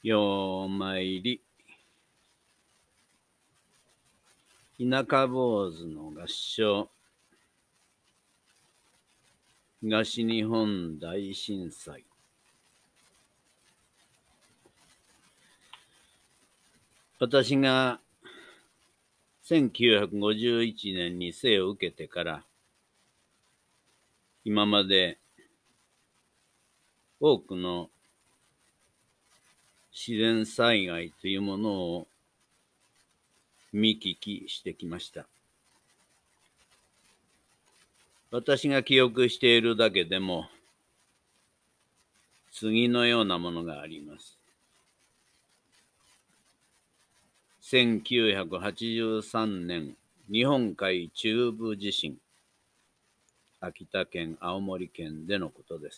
ようまいり。田舎坊主の合唱。東日本大震災。私が1951年に生を受けてから、今まで多くの自然災害というものを見聞きしてきました。私が記憶しているだけでも、次のようなものがあります。1983年、日本海中部地震、秋田県、青森県でのことです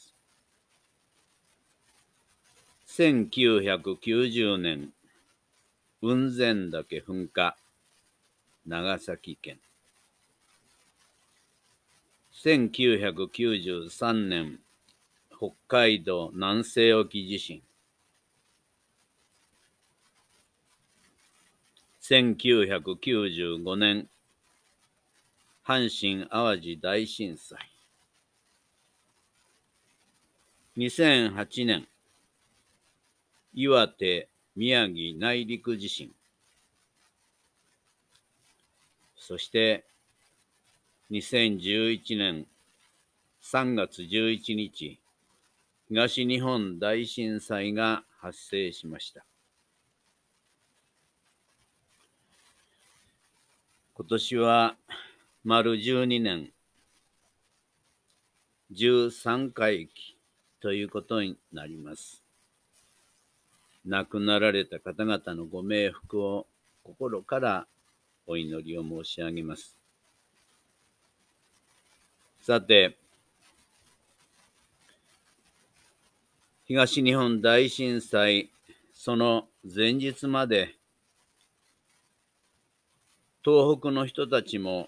。1990年、雲仙岳噴火、長崎県。1993年、北海道南西沖地震。1995年、阪神・淡路大震災。2008年、岩手・宮城内陸地震。そして2011年3月11日、東日本大震災が発生しました。今年は丸12年、13回忌ということになります。亡くなられた方々のご冥福を心からお祈りを申し上げます。さて、東日本大震災、その前日まで、東北の人たちも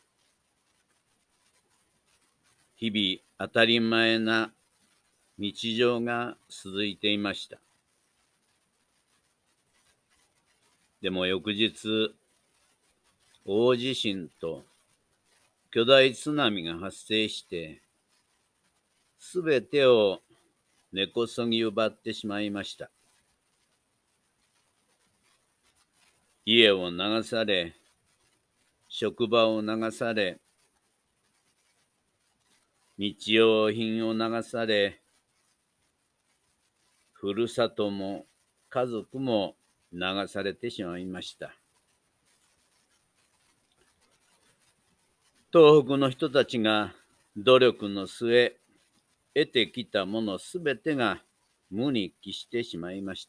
日々当たり前な日常が続いていました。でも翌日、大地震と巨大津波が発生して、すべてを根こそぎ奪ってしまいました。家を流され、職場を流され、日用品を流され、ふるさとも家族も流されてしまいました。東北の人たちが努力の末、得てきたものすべてが無に帰してしまいました。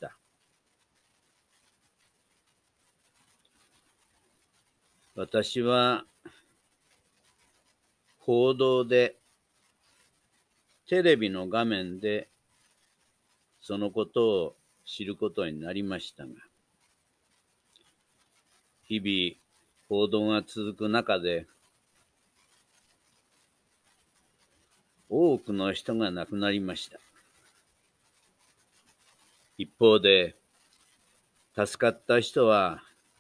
私は報道で、テレビの画面でそのことを知ることになりましたが、日々報道が続く中で、多くの人が亡くなりました。一方で、助かった人は、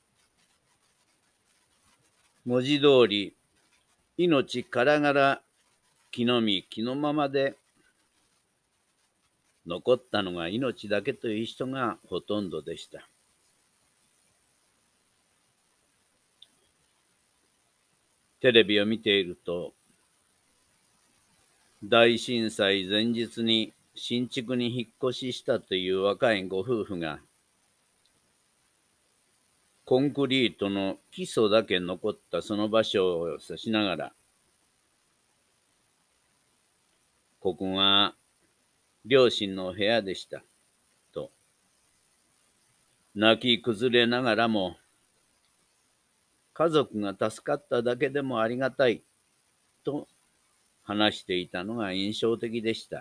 文字通り、命からがら気の身気のままで、残ったのが命だけという人がほとんどでした。テレビを見ていると、大震災前日に新築に引っ越ししたという若いご夫婦が、コンクリートの基礎だけ残ったその場所を指しながら、ここが両親の部屋でした、と、泣き崩れながらも、家族が助かっただけでもありがたい、と話していたのが印象的でした。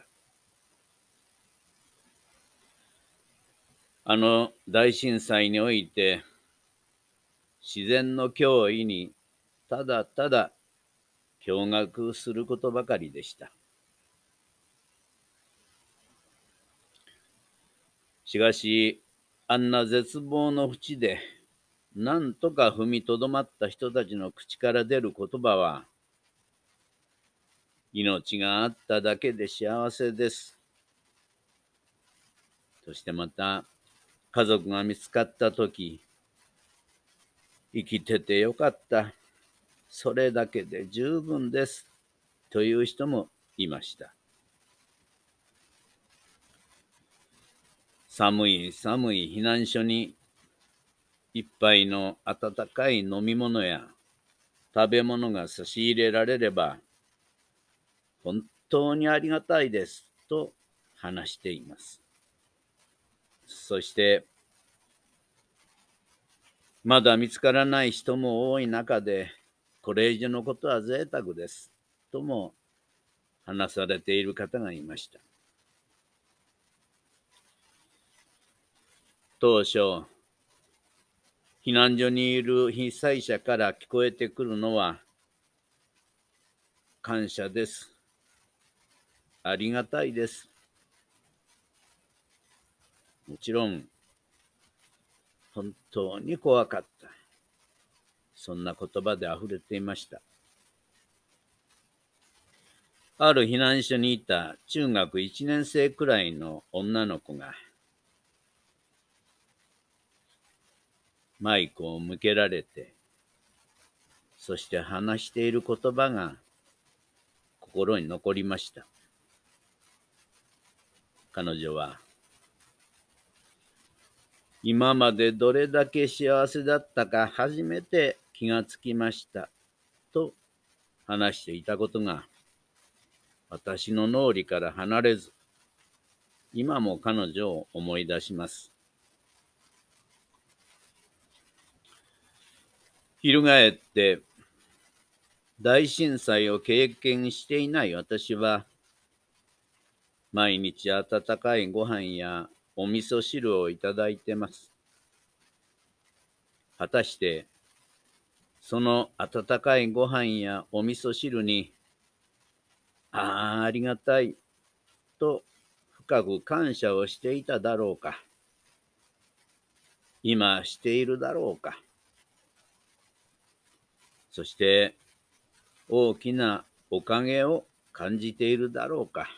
あの大震災において、自然の脅威にただただ驚愕することばかりでした。しかし、 あんな絶望の淵で、なんとか踏みとどまった人たちの口から出る言葉は、命があっただけで幸せです。そしてまた、家族が見つかったとき、生きててよかった。それだけで十分です。という人もいました。寒い寒い避難所に一杯の温かい飲み物や食べ物が差し入れられれば、本当にありがたいですと話しています。そして、まだ見つからない人も多い中で、これ以上のことは贅沢ですとも話されている方がいました。当初、避難所にいる被災者から聞こえてくるのは、感謝です。ありがたいです。もちろん、本当に怖かった。そんな言葉であふれていました。ある避難所にいた中学1年生くらいの女の子が、マイクを向けられて、そして話している言葉が心に残りました。彼女は、今までどれだけ幸せだったか初めて気がつきましたと話していたことが私の脳裏から離れず、今も彼女を思い出します。翻って大震災を経験していない私は、毎日温かいご飯やお味噌汁をいただいてます。果たして、その温かいご飯やお味噌汁に、ありがたいと深く感謝をしていただろうか。今しているだろうか。そして大きなおかげを感じているだろうか。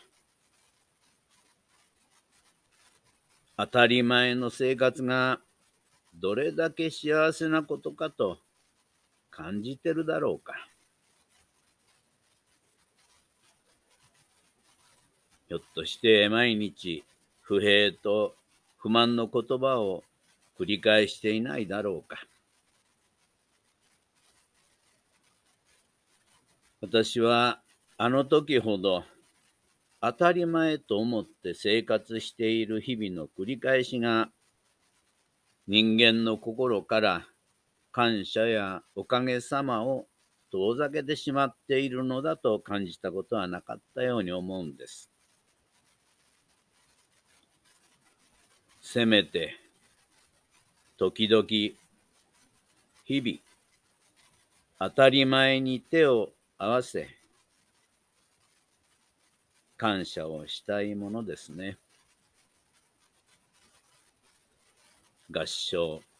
当たり前の生活がどれだけ幸せなことかと感じてるだろうか。ひょっとして毎日不平と不満の言葉を繰り返していないだろうか。私はあの時ほど当たり前と思って生活している日々の繰り返しが人間の心から感謝やおかげさまを遠ざけてしまっているのだと感じたことはなかったように思うんです。せめて時々日々当たり前に手を合わせ感謝をしたいものですね。合唱。